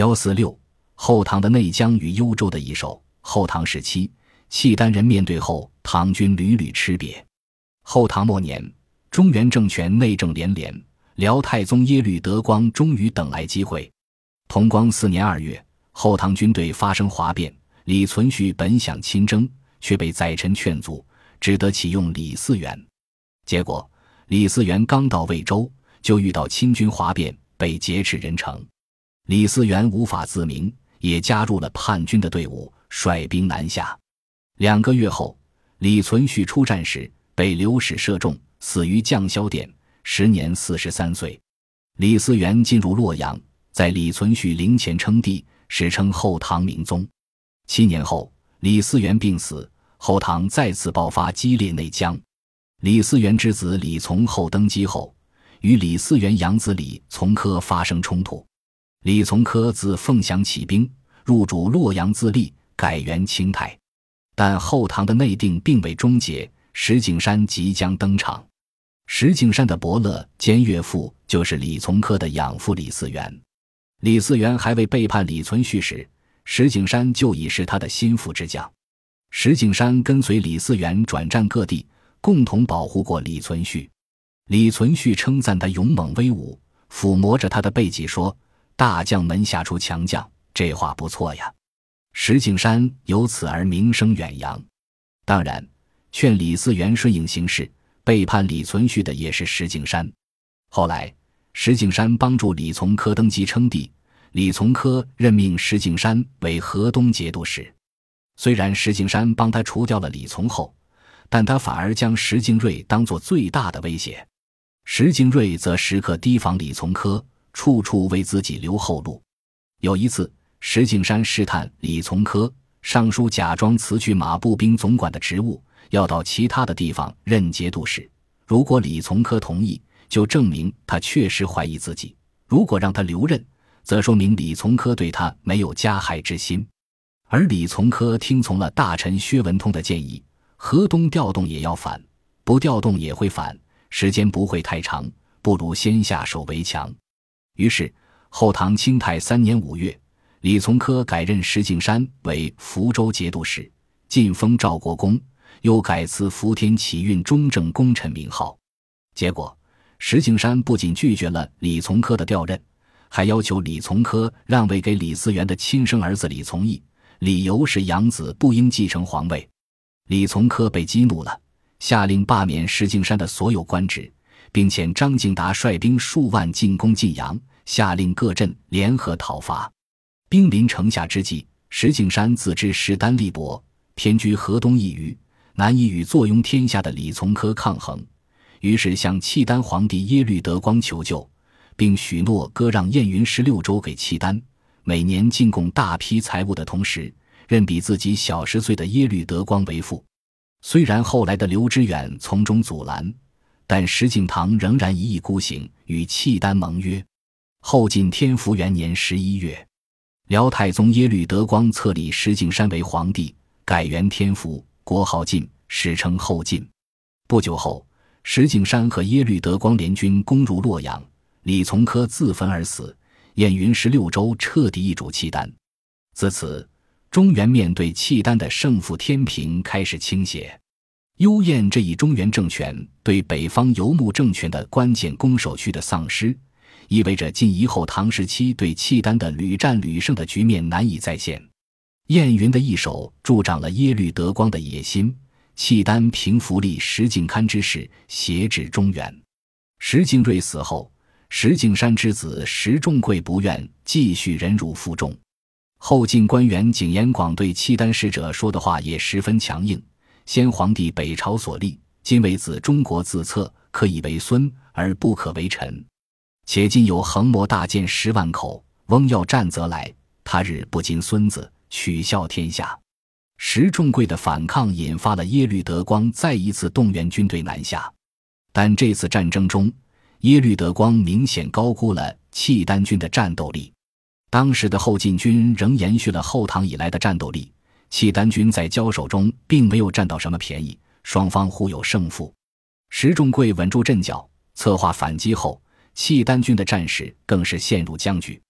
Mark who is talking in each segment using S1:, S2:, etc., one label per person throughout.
S1: 146后唐的内江与幽州的易手。后唐时期，契丹人面对后唐军屡屡吃瘪。后唐末年，中原政权内政连连，辽太宗耶律德光终于等来机会。同光4年2月，后唐军队发生哗变，李存勖本想亲征，却被宰臣劝阻，只得启用李嗣源。结果李嗣源刚到魏州，就遇到亲军哗变，被劫持人城。李嗣源无法自明，也加入了叛军的队伍，率兵南下。2个月后，李存勖出战时被流矢射中，死于将萧殿，时年43岁。李嗣源进入洛阳，在李存勖陵前称帝，史称后唐明宗。7年后，李嗣源病死，后唐再次爆发激烈内僵。李嗣源之子李从厚登基后，与李嗣源养子李从珂发生冲突。李从珂自凤翔起兵，入主洛阳自立，改元清泰。但后唐的内定并未终结，石景山即将登场。石景山的伯乐兼岳父就是李从珂的养父李嗣源。李嗣源还未背叛李存勖时，石景山就已是他的心腹之将。石景山跟随李嗣源转战各地，共同保护过李存勖。李存勖称赞他勇猛威武，抚摸着他的背脊说：“大将门下出强将，这话不错呀。”石景山由此而名声远扬。当然，劝李嗣源顺应形势，背叛李存勖的也是石景山。后来，石景山帮助李从珂登基称帝，李从珂任命石景山为河东节度使。虽然石景山帮他除掉了李从厚，但他反而将石敬瑳当作最大的威胁。石敬瑳则时刻提防李从珂，处处为自己留后路。有一次，石景山试探李从珂，上书假装辞去马步兵总管的职务，要到其他的地方任节度使。如果李从珂同意，就证明他确实怀疑自己；如果让他留任，则说明李从珂对他没有加害之心。而李从珂听从了大臣薛文通的建议，河东调动也要反，不调动也会反，时间不会太长，不如先下手为强。于是后唐清泰3年5月，李从珂改任石景山为福州节度使，晋封赵国公，又改赐福田启运中正功臣名号。结果石景山不仅拒绝了李从珂的调任，还要求李从珂让位给李嗣源的亲生儿子李从义，理由是养子不应继承皇位。李从珂被激怒了，下令罢免石景山的所有官职，并遣张敬达率兵数万进攻晋阳，下令各镇联合讨伐。兵临城下之际，石景山自知势单力薄，偏居河东一隅，难以与坐拥天下的李从珂抗衡，于是向契丹皇帝耶律德光求救，并许诺割让燕云16州给契丹，每年进贡大批财物的同时，认比自己小10岁的耶律德光为父。虽然后来的刘知远从中阻拦，但石敬瑭仍然一意孤行，与契丹盟约。后晋天福元年11月，辽太宗耶律德光册立石景山为皇帝，改元天福，国号晋，史称后晋。不久后，石景山和耶律德光联军攻入洛阳，李从珂自焚而死，燕云16州彻底易主契丹。自此，中原面对契丹的胜负天平开始倾斜。幽燕这一中原政权对北方游牧政权的关键攻守区的丧失，意味着晋夷后唐时期对契丹的屡战屡胜的局面难以再现。燕云的易手助长了耶律德光的野心，契丹平服立石敬瑭之势挟制中原。石敬瑳死后，石景山之子石重贵不愿继续忍辱负重。后晋官员景延广对契丹使者说的话也十分强硬：先皇帝北朝所立，今为子中国自册，可以为孙，而不可为臣。且今有横魔大剑10万口，翁要战则来，他日不禁孙子，取笑天下。石重贵的反抗引发了耶律德光再一次动员军队南下，但这次战争中，耶律德光明显高估了契丹军的战斗力。当时的后晋军仍延续了后唐以来的战斗力，契丹军在交手中并没有占到什么便宜，双方互有胜负。石重贵稳住阵脚，策划反击后，契丹军的战士更是陷入僵局。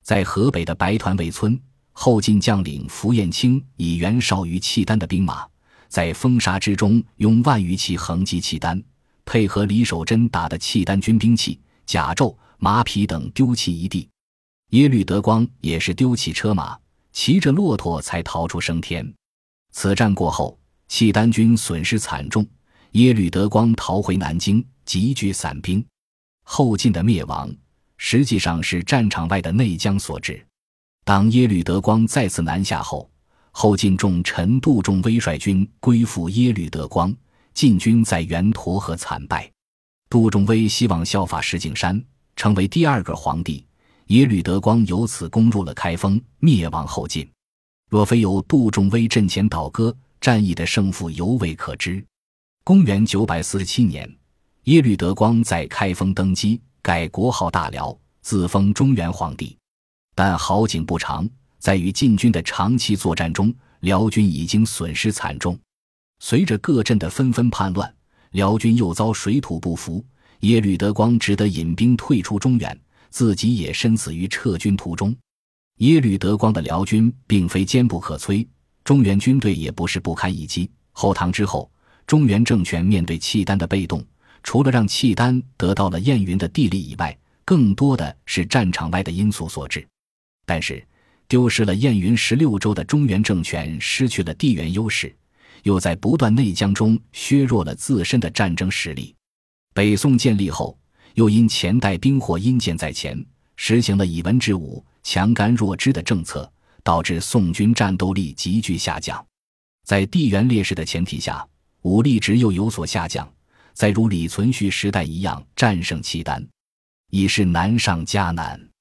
S1: 在河北的白团卫村，后晋将领符彦卿以袁绍于契丹的兵马，在风沙之中用万余骑横击契丹，配合李守贞打的契丹军兵器、甲胄、马匹等丢弃一地。耶律德光也是丢弃车马，骑着骆驼才逃出升天。此战过后，契丹军损失惨重，耶律德光逃回南京，集聚散兵。后晋的灭亡实际上是战场外的内江所致。当耶律德光再次南下后，后晋重臣杜仲威率军归附耶律德光，晋军在源沱河惨败。杜仲威希望效法石景山，成为第二个皇帝，耶律德光由此攻入了开封，灭亡后晋。若非有杜仲威阵前倒戈，战役的胜负犹未可知。公元947年，耶律德光在开封登基，改国号大辽，自封中原皇帝。但好景不长，在与晋军的长期作战中，辽军已经损失惨重。随着各镇的纷纷叛乱，辽军又遭水土不服，耶律德光只得引兵退出中原，自己也身死于撤军途中。耶律德光的辽军并非坚不可摧，中原军队也不是不堪一击。后唐之后，中原政权面对契丹的被动，除了让契丹得到了燕云的地利以外，更多的是战场外的因素所致。但是丢失了燕云16州的中原政权失去了地缘优势，又在不断内江中削弱了自身的战争实力。北宋建立后，又因前代兵祸因箭在前，实行了以文治武、强干弱支的政策，导致宋军战斗力急剧下降。在地缘劣势的前提下，武力值又有所下降，再如李存勖时代一样战胜契丹，已是难上加难。